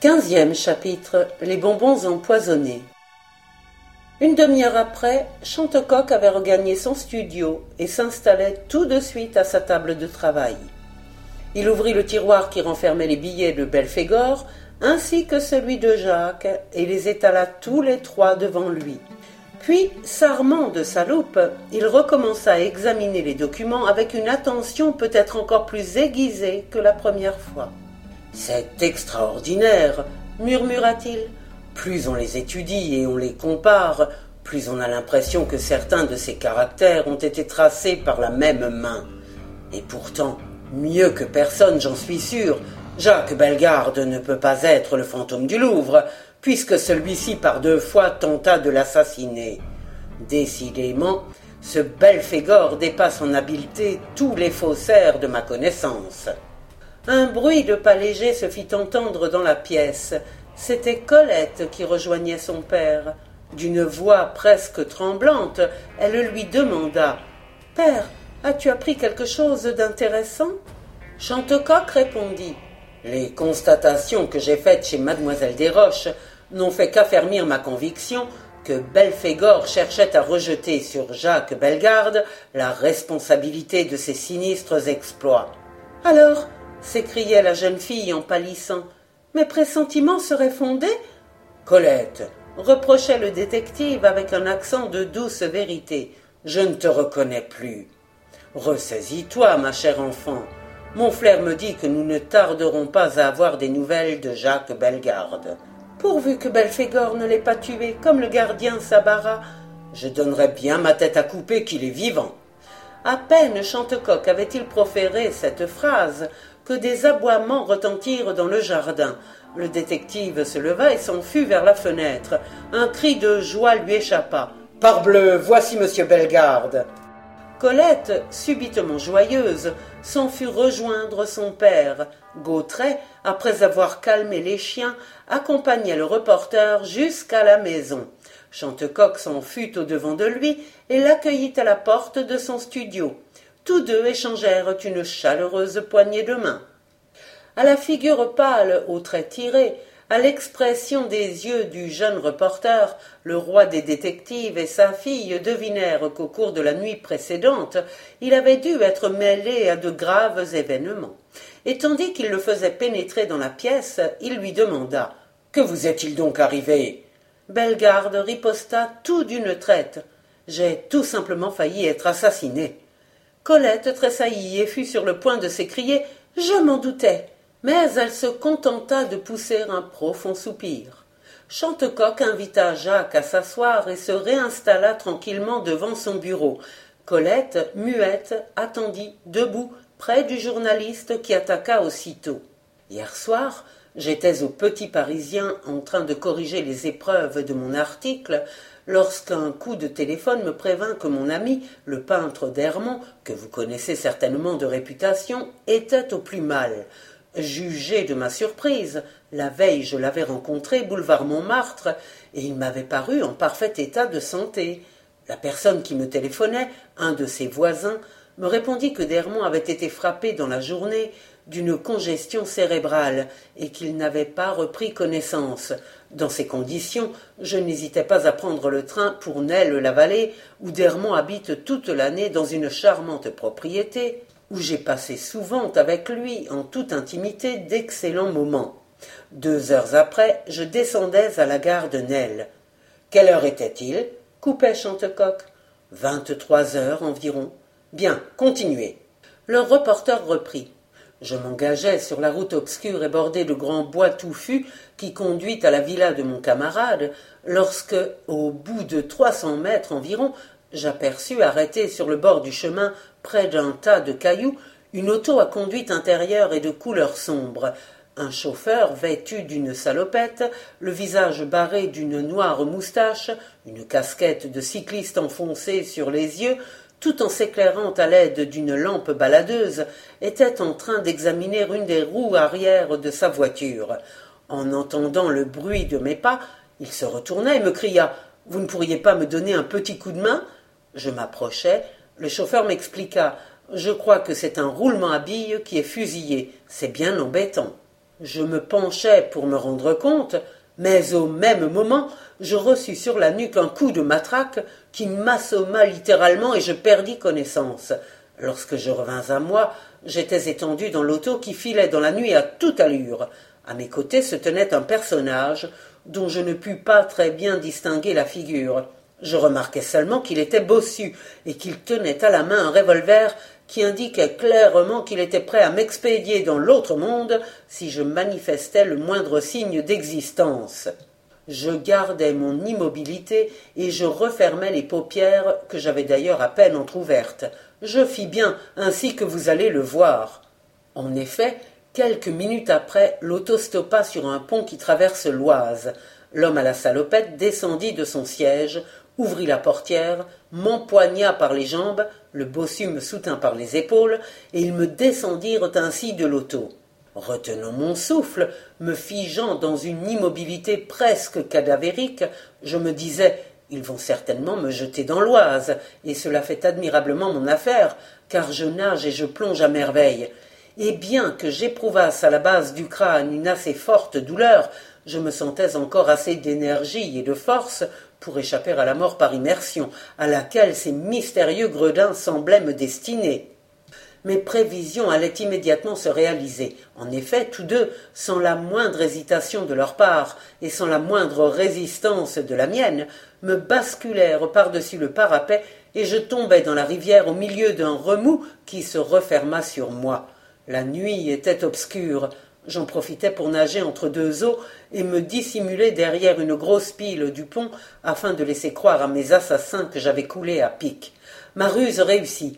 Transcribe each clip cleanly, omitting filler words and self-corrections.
15e chapitre. Les bonbons empoisonnés. Une demi-heure après, Chantecoq avait regagné son studio et s'installait tout de suite à sa table de travail. Il ouvrit le tiroir qui renfermait les billets de Belphégor ainsi que celui de Jacques et les étala tous les trois devant lui. Puis, s'armant de sa loupe, il recommença à examiner les documents avec une attention peut-être encore plus aiguisée que la première fois. « C'est extraordinaire !» murmura-t-il. « Plus on les étudie et on les compare, plus on a l'impression que certains de ces caractères ont été tracés par la même main. Et pourtant, mieux que personne, j'en suis sûr, Jacques Bellegarde ne peut pas être le fantôme du Louvre, puisque celui-ci par 2 fois tenta de l'assassiner. Décidément, ce Belphégor dépasse en habileté tous les faussaires de ma connaissance. » Un bruit de pas léger se fit entendre dans la pièce. C'était Colette qui rejoignait son père. D'une voix presque tremblante, elle lui demanda « Père, as-tu appris quelque chose d'intéressant ?» Chantecoq répondit « Les constatations que j'ai faites chez mademoiselle Desroches n'ont fait qu'affermir ma conviction que Belphégor cherchait à rejeter sur Jacques Bellegarde la responsabilité de ses sinistres exploits. »« Alors ?» s'écriait la jeune fille en pâlissant. « Mes pressentiments seraient fondés ?» Colette, reprochait le détective avec un accent de douce vérité, « je ne te reconnais plus. Ressaisis-toi, ma chère enfant. Mon flair me dit que nous ne tarderons pas à avoir des nouvelles de Jacques Bellegarde. Pourvu que Belphégor ne l'ait pas tué, comme le gardien Sabara, je donnerais bien ma tête à couper qu'il est vivant. » À peine Chantecoq avait-il proféré cette phrase que des aboiements retentirent dans le jardin. Le détective se leva et s'en fut vers la fenêtre. Un cri de joie lui échappa. « Parbleu, voici monsieur Bellegarde !» Colette, subitement joyeuse, s'en fut rejoindre son père. Gautret, après avoir calmé les chiens, accompagnait le reporter jusqu'à la maison. Chantecoq s'en fut au-devant de lui et l'accueillit à la porte de son studio. Tous deux échangèrent une chaleureuse poignée de main. À la figure pâle, aux traits tirés, à l'expression des yeux du jeune reporter, le roi des détectives et sa fille devinèrent qu'au cours de la nuit précédente, il avait dû être mêlé à de graves événements. Et tandis qu'il le faisait pénétrer dans la pièce, il lui demanda « Que vous est-il donc arrivé ?» Bellegarde riposta tout d'une traite. « J'ai tout simplement failli être assassiné. » Colette tressaillit et fut sur le point de s'écrier « Je m'en doutais !» Mais elle se contenta de pousser un profond soupir. Chantecoq invita Jacques à s'asseoir et se réinstalla tranquillement devant son bureau. Colette, muette, attendit, debout, près du journaliste qui attaqua aussitôt. « Hier soir, j'étais au Petit Parisien en train de corriger les épreuves de mon article, lorsqu'un coup de téléphone me prévint que mon ami, le peintre d'Hermont, que vous connaissez certainement de réputation, était au plus mal. Jugez de ma surprise, la veille je l'avais rencontré boulevard Montmartre, et il m'avait paru en parfait état de santé. La personne qui me téléphonait, un de ses voisins, me répondit que d'Hermont avait été frappé dans la journée d'une congestion cérébrale et qu'il n'avait pas repris connaissance. Dans ces conditions, je n'hésitais pas à prendre le train pour Nesle-la-Vallée, où d'Hermont habite toute l'année dans une charmante propriété, où j'ai passé souvent avec lui, en toute intimité, d'excellents moments. 2 heures après, je descendais à la gare de Nesle. « Quelle heure était-il » coupait Chantecoq. « 23 heures environ. »« Bien, continuez. » Le reporter reprit. Je m'engageais sur la route obscure et bordée de grands bois touffus qui conduit à la villa de mon camarade, lorsque, au bout de 300 mètres environ, j'aperçus arrêtée sur le bord du chemin, près d'un tas de cailloux, une auto à conduite intérieure et de couleur sombre. Un chauffeur vêtu d'une salopette, le visage barré d'une noire moustache, une casquette de cycliste enfoncée sur les yeux, tout en s'éclairant à l'aide d'une lampe baladeuse, était en train d'examiner une des roues arrière de sa voiture. En entendant le bruit de mes pas, il se retourna et me cria « Vous ne pourriez pas me donner un petit coup de main ?» Je m'approchai. Le chauffeur m'expliqua « Je crois que c'est un roulement à billes qui est fusillé. C'est bien embêtant. » Je me penchai pour me rendre compte, mais au même moment, je reçus sur la nuque un coup de matraque qui m'assomma littéralement et je perdis connaissance. Lorsque je revins à moi, j'étais étendu dans l'auto qui filait dans la nuit à toute allure. À mes côtés se tenait un personnage dont je ne pus pas très bien distinguer la figure. Je remarquai seulement qu'il était bossu et qu'il tenait à la main un revolver qui indiquait clairement qu'il était prêt à m'expédier dans l'autre monde si je manifestais le moindre signe d'existence. Je gardai mon immobilité et je refermai les paupières que j'avais d'ailleurs à peine entr'ouvertes. Je fis bien, ainsi que vous allez le voir. En effet, quelques minutes après, l'auto stoppa sur un pont qui traverse l'Oise. L'homme à la salopette descendit de son siège, ouvrit la portière, m'empoigna par les jambes, le bossu me soutint par les épaules, et ils me descendirent ainsi de l'auto. Retenant mon souffle, me figeant dans une immobilité presque cadavérique, je me disais « Ils vont certainement me jeter dans l'Oise, et cela fait admirablement mon affaire, car je nage et je plonge à merveille. » Et bien que j'éprouvasse à la base du crâne une assez forte douleur, je me sentais encore assez d'énergie et de force pour échapper à la mort par immersion, à laquelle ces mystérieux gredins semblaient me destiner. Mes prévisions allaient immédiatement se réaliser. En effet, tous deux, sans la moindre hésitation de leur part et sans la moindre résistance de la mienne, me basculèrent par-dessus le parapet et je tombai dans la rivière au milieu d'un remous qui se referma sur moi. La nuit était obscure. J'en profitais pour nager entre deux eaux et me dissimuler derrière une grosse pile du pont afin de laisser croire à mes assassins que j'avais coulé à pic. Ma ruse réussit.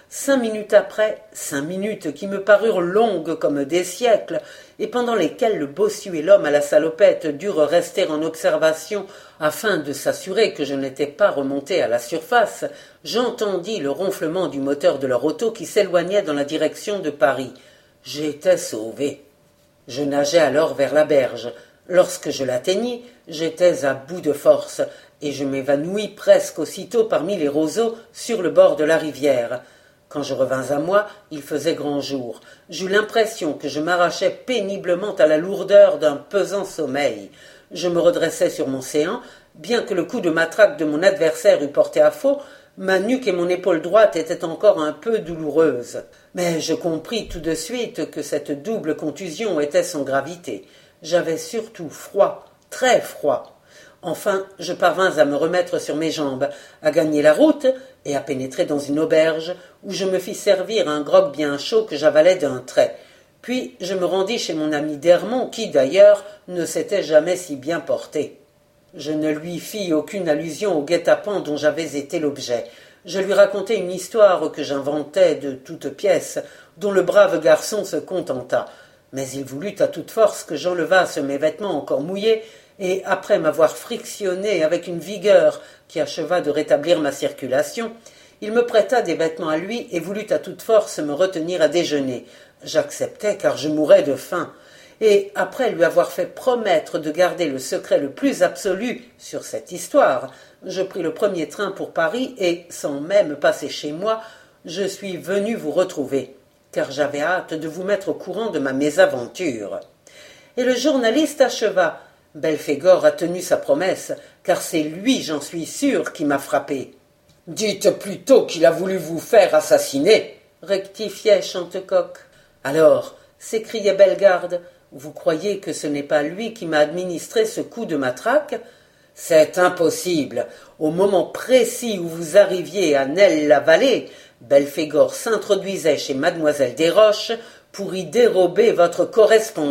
5 minutes après, 5 minutes qui me parurent longues comme des siècles, et pendant lesquelles le bossu et l'homme à la salopette durent rester en observation afin de s'assurer que je n'étais pas remonté à la surface, j'entendis le ronflement du moteur de leur auto qui s'éloignait dans la direction de Paris. J'étais sauvé. Je nageais alors vers la berge. Lorsque je l'atteignis, j'étais à bout de force, et je m'évanouis presque aussitôt parmi les roseaux sur le bord de la rivière. Quand je revins à moi, il faisait grand jour. J'eus l'impression que je m'arrachais péniblement à la lourdeur d'un pesant sommeil. Je me redressai sur mon séant, bien que le coup de matraque de mon adversaire eût porté à faux, ma nuque et mon épaule droite étaient encore un peu douloureuses. Mais je compris tout de suite que cette double contusion était sans gravité. J'avais surtout froid, très froid. Enfin, je parvins à me remettre sur mes jambes, à gagner la route et à pénétrer dans une auberge où je me fis servir un grog bien chaud que j'avalai d'un trait. Puis je me rendis chez mon ami d'Ermont qui, d'ailleurs, ne s'était jamais si bien porté. Je ne lui fis aucune allusion au guet-apens dont j'avais été l'objet. Je lui racontai une histoire que j'inventais de toutes pièces, dont le brave garçon se contenta. Mais il voulut à toute force que j'enlevasse mes vêtements encore mouillés, et après m'avoir frictionné avec une vigueur qui acheva de rétablir ma circulation, il me prêta des vêtements à lui et voulut à toute force me retenir à déjeuner. J'acceptai car je mourais de faim, et après lui avoir fait promettre de garder le secret le plus absolu sur cette histoire, je pris le premier train pour Paris et, sans même passer chez moi, je suis venu vous retrouver, car j'avais hâte de vous mettre au courant de ma mésaventure. Et le journaliste acheva. Belphégor a tenu sa promesse, car c'est lui, j'en suis sûr, qui m'a frappé. « Dites plutôt qu'il a voulu vous faire assassiner !» rectifiait Chantecoq. « Alors, s'écriait Bellegarde, vous croyez que ce n'est pas lui qui m'a administré ce coup de matraque ? C'est impossible. Au moment précis où vous arriviez à Nesle-la-Vallée, Belphégor s'introduisait chez mademoiselle Desroches pour y dérober votre correspondance. »«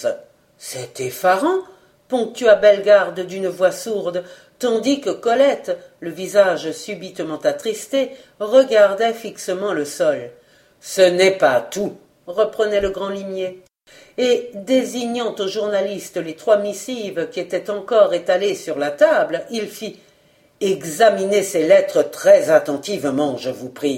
C'est effarant !» ponctua Bellegarde d'une voix sourde, tandis que Colette, le visage subitement attristé, regardait fixement le sol. « Ce n'est pas tout, » reprenait le grand limier. Et, désignant au journaliste les 3 missives qui étaient encore étalées sur la table, il fit « Examinez ces lettres très attentivement, je vous prie. »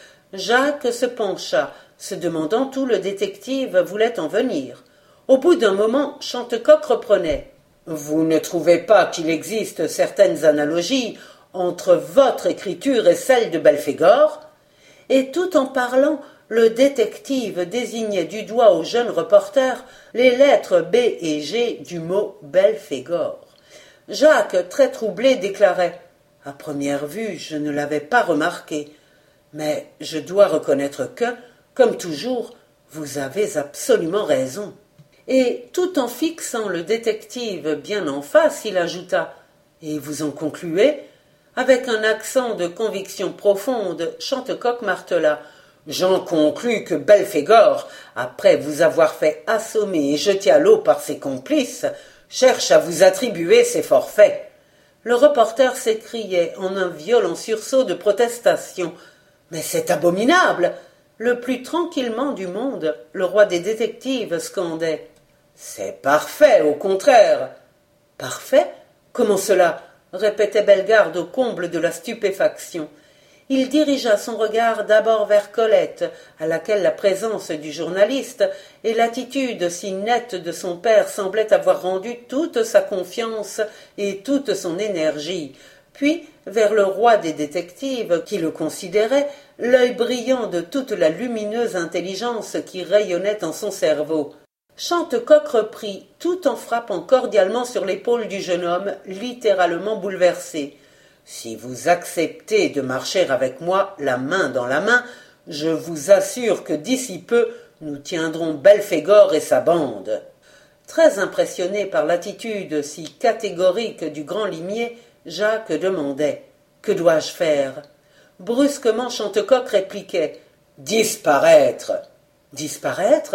Jacques se pencha, se demandant où le détective voulait en venir. Au bout d'un moment, Chantecoq reprenait. « Vous ne trouvez pas qu'il existe certaines analogies entre votre écriture et celle de Belphégor ?» Et tout en parlant, le détective désignait du doigt au jeune reporter les lettres B et G du mot Belphégor. Jacques, très troublé, déclarait « À première vue, je ne l'avais pas remarqué, mais je dois reconnaître que, comme toujours, vous avez absolument raison. » Et tout en fixant le détective bien en face, il ajouta « Et vous en concluez ?» Avec un accent de conviction profonde, Chantecoq martela « J'en conclus que Belphégor, après vous avoir fait assommer et jeter à l'eau par ses complices, cherche à vous attribuer ses forfaits. » Le reporter s'écriait en un violent sursaut de protestation. « Mais c'est abominable !» Le plus tranquillement du monde, le roi des détectives scandait. « C'est parfait, au contraire !»« Parfait ? Comment cela ?» répétait Bellegarde au comble de la stupéfaction. Il dirigea son regard d'abord vers Colette, à laquelle la présence du journaliste et l'attitude si nette de son père semblaient avoir rendu toute sa confiance et toute son énergie, puis vers le roi des détectives, qui le considérait, l'œil brillant de toute la lumineuse intelligence qui rayonnait en son cerveau. Chantecoq reprit, tout en frappant cordialement sur l'épaule du jeune homme, littéralement bouleversé. « Si vous acceptez de marcher avec moi la main dans la main, je vous assure que d'ici peu, nous tiendrons Belphégor et sa bande. » Très impressionné par l'attitude si catégorique du grand limier, Jacques demandait « Que dois-je faire ?» Brusquement, Chantecoq répliquait « Disparaître !»« Disparaître ?»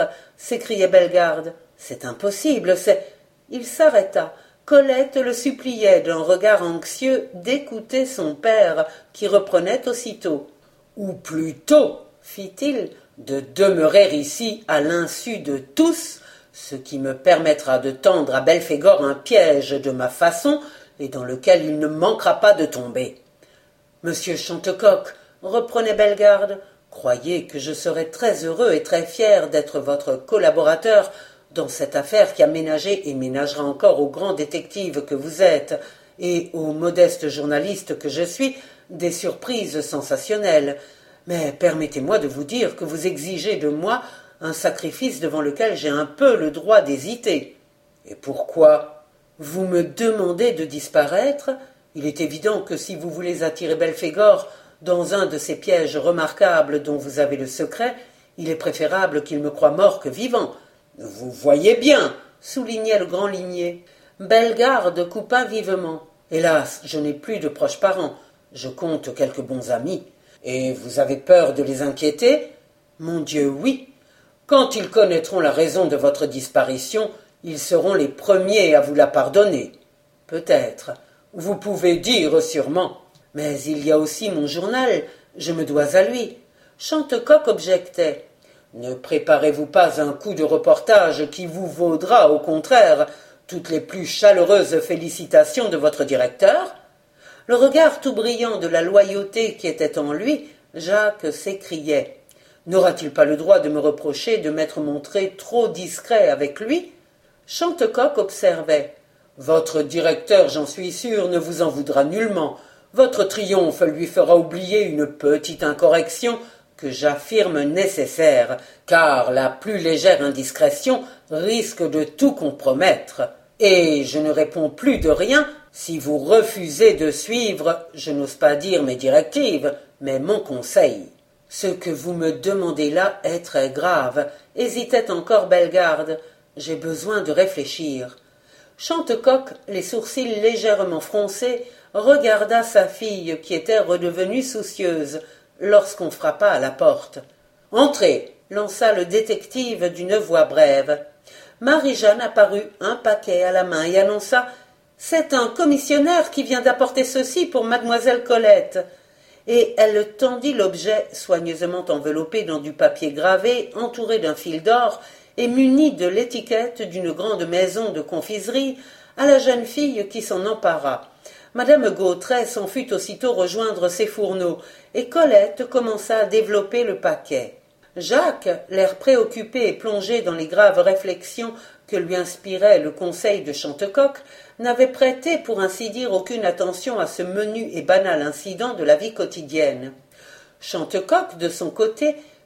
s'écriait Bellegarde. « C'est impossible, c'est… » Il s'arrêta. Colette le suppliait d'un regard anxieux d'écouter son père, qui reprenait aussitôt. « Ou plutôt, fit-il, de demeurer ici à l'insu de tous, ce qui me permettra de tendre à Belphégor un piège de ma façon et dans lequel il ne manquera pas de tomber. »« Monsieur Chantecoq, reprenait Bellegarde, croyez que je serai très heureux et très fier d'être votre collaborateur dans cette affaire qui a ménagé et ménagera encore au grand détective que vous êtes et au modeste journaliste que je suis des surprises sensationnelles. Mais permettez-moi de vous dire que vous exigez de moi un sacrifice devant lequel j'ai un peu le droit d'hésiter. Et pourquoi ? Vous me demandez de disparaître ? Il est évident que si vous voulez attirer Belphégor dans un de ces pièges remarquables dont vous avez le secret, il est préférable qu'il me croie mort que vivant. Vous voyez bien, soulignait le grand limier. Bellegarde coupa vivement. Hélas, je n'ai plus de proches parents. Je compte quelques bons amis. Et vous avez peur de les inquiéter ? Mon Dieu, oui. Quand ils connaîtront la raison de votre disparition, ils seront les premiers à vous la pardonner. Peut-être. Vous pouvez dire sûrement. Mais il y a aussi mon journal. Je me dois à lui. Chantecoq objectait. Ne préparez-vous pas un coup de reportage qui vous vaudra, au contraire, toutes les plus chaleureuses félicitations de votre directeur ? Le regard tout brillant de la loyauté qui était en lui, Jacques s'écriait. N'aura-t-il pas le droit de me reprocher de m'être montré trop discret avec lui ? Chantecoq observait. Votre directeur, j'en suis sûr, ne vous en voudra nullement. Votre triomphe lui fera oublier une petite incorrection que j'affirme nécessaire, car la plus légère indiscrétion risque de tout compromettre. Et je ne réponds plus de rien si vous refusez de suivre, je n'ose pas dire mes directives, mais mon conseil. Ce que vous me demandez là est très grave, hésitait encore Bellegarde. J'ai besoin de réfléchir. Chantecoq, les sourcils légèrement froncés, regarda sa fille qui était redevenue soucieuse lorsqu'on frappa à la porte. « Entrez !» lança le détective d'une voix brève. Marie-Jeanne apparut, un paquet à la main, et annonça « C'est un commissionnaire qui vient d'apporter ceci pour mademoiselle Colette. » Et elle tendit l'objet, soigneusement enveloppé dans du papier gravé, entouré d'un fil d'or, et muni de l'étiquette d'une grande maison de confiserie, à la jeune fille qui s'en empara. Madame Gautret s'en fut aussitôt rejoindre ses fourneaux, et Colette commença à développer le paquet. Jacques, l'air préoccupé et plongé dans les graves réflexions que lui inspirait le conseil de Chantecoq, n'avait prêté pour ainsi dire aucune attention à ce menu et banal incident de la vie quotidienne. Chantecoq, de son côté,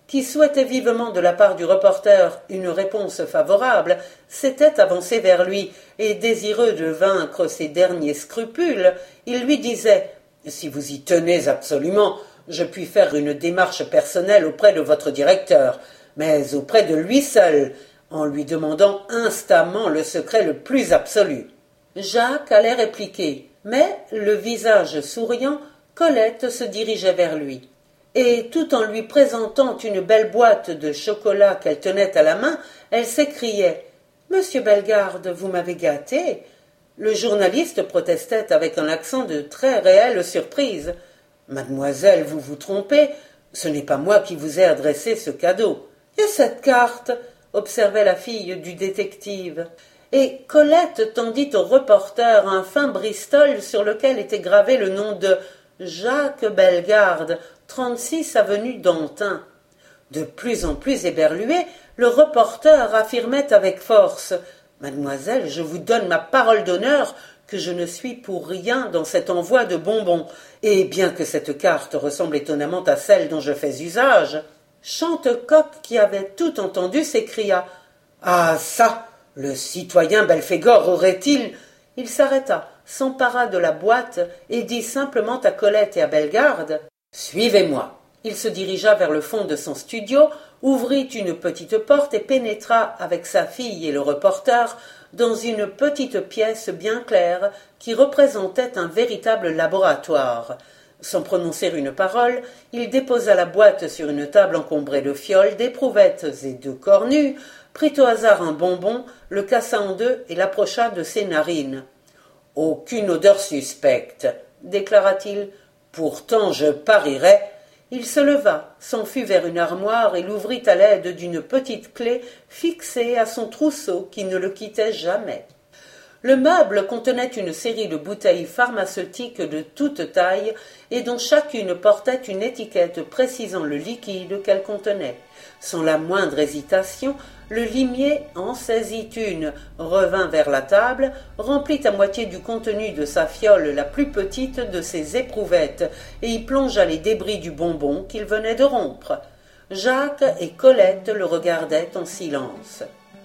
qui souhaitait vivement de la part du reporter une réponse favorable, s'était avancé vers lui, et désireux de vaincre ses derniers scrupules, il lui disait « Si vous y tenez absolument, je puis faire une démarche personnelle auprès de votre directeur, mais auprès de lui seul, en lui demandant instamment le secret le plus absolu. » Jacques allait répliquer, mais, le visage souriant, Colette se dirigeait vers lui. Et tout en lui présentant une belle boîte de chocolat qu'elle tenait à la main, elle s'écriait « Monsieur Bellegarde, vous m'avez gâté !» Le journaliste protestait avec un accent de très réelle surprise. « Mademoiselle, vous vous trompez, ce n'est pas moi qui vous ai adressé ce cadeau. »« Et cette carte ?» observait la fille du détective. Et Colette tendit au reporter un fin bristol sur lequel était gravé le nom de Jacques Bellegarde, 36 avenue d'Antin. De plus en plus éberlué, le reporter affirmait avec force « Mademoiselle, je vous donne ma parole d'honneur que je ne suis pour rien dans cet envoi de bonbons, et bien que cette carte ressemble étonnamment à celle dont je fais usage. » Chantecoq, qui avait tout entendu, s'écria « Ah ça, le citoyen Belphégor aurait-il… » Il s'arrêta, s'empara de la boîte et dit simplement à Colette et à Bellegarde « Suivez-moi ». Il se dirigea vers le fond de son studio, ouvrit une petite porte et pénétra avec sa fille et le reporter dans une petite pièce bien claire qui représentait un véritable laboratoire. Sans prononcer une parole, il déposa la boîte sur une table encombrée de fioles, d'éprouvettes et de cornues, prit au hasard un bonbon, le cassa en deux et l'approcha de ses narines. « Aucune odeur suspecte, » déclara-t-il. « Pourtant, je parierais… » Il se leva, s'enfuit vers une armoire et l'ouvrit à l'aide d'une petite clé fixée à son trousseau qui ne le quittait jamais. Le meuble contenait une série de bouteilles pharmaceutiques de toute taille et dont chacune portait une étiquette précisant le liquide qu'elle contenait. Sans la moindre hésitation, le limier en saisit une, revint vers la table, remplit à moitié du contenu de sa fiole la plus petite de ses éprouvettes et y plongea les débris du bonbon qu'il venait de rompre. Jacques et Colette le regardaient en silence.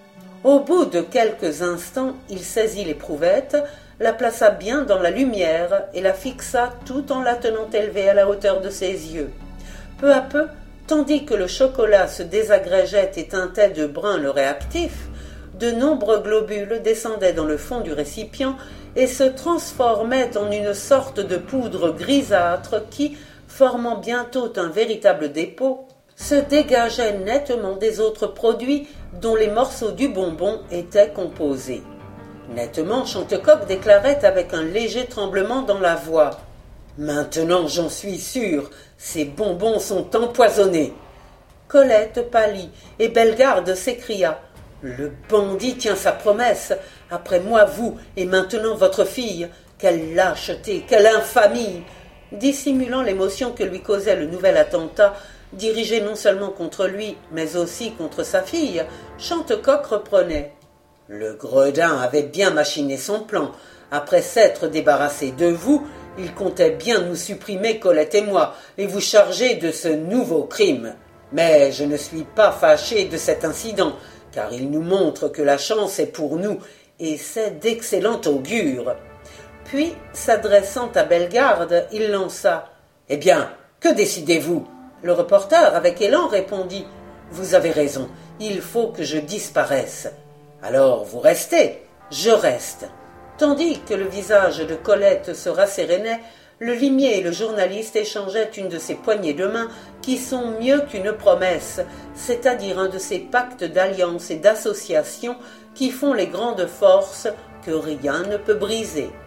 Au bout de quelques instants, il saisit l'éprouvette, la plaça bien dans la lumière et la fixa tout en la tenant élevée à la hauteur de ses yeux. Peu à peu, tandis que le chocolat se désagrégeait et teintait de brun le réactif, de nombreux globules descendaient dans le fond du récipient et se transformaient en une sorte de poudre grisâtre qui, formant bientôt un véritable dépôt, se dégageait nettement des autres produits dont les morceaux du bonbon étaient composés. Nettement, Chantecoq déclarait avec un léger tremblement dans la voix « Maintenant, j'en suis sûr, ces bonbons sont empoisonnés. » Colette pâlit et Bellegarde s'écria « Le bandit tient sa promesse, après moi vous et maintenant votre fille. Quelle lâcheté, quelle infamie !» Dissimulant l'émotion que lui causait le nouvel attentat, dirigé non seulement contre lui, mais aussi contre sa fille, Chantecoq reprenait. « Le gredin avait bien machiné son plan. Après s'être débarrassé de vous, il comptait bien nous supprimer, Colette et moi, et vous charger de ce nouveau crime. Mais je ne suis pas fâché de cet incident, car il nous montre que la chance est pour nous, et c'est d'excellent augure. » Puis, s'adressant à Bellegarde, il lança « Eh bien, que décidez-vous » Le reporter, avec élan, répondit « Vous avez raison, il faut que je disparaisse. »« Alors, vous restez ?»« Je reste. » Tandis que le visage de Colette se rassérénait, le limier et le journaliste échangeaient une de ces poignées de main qui sont mieux qu'une promesse, c'est-à-dire un de ces pactes d'alliance et d'association qui font les grandes forces que rien ne peut briser.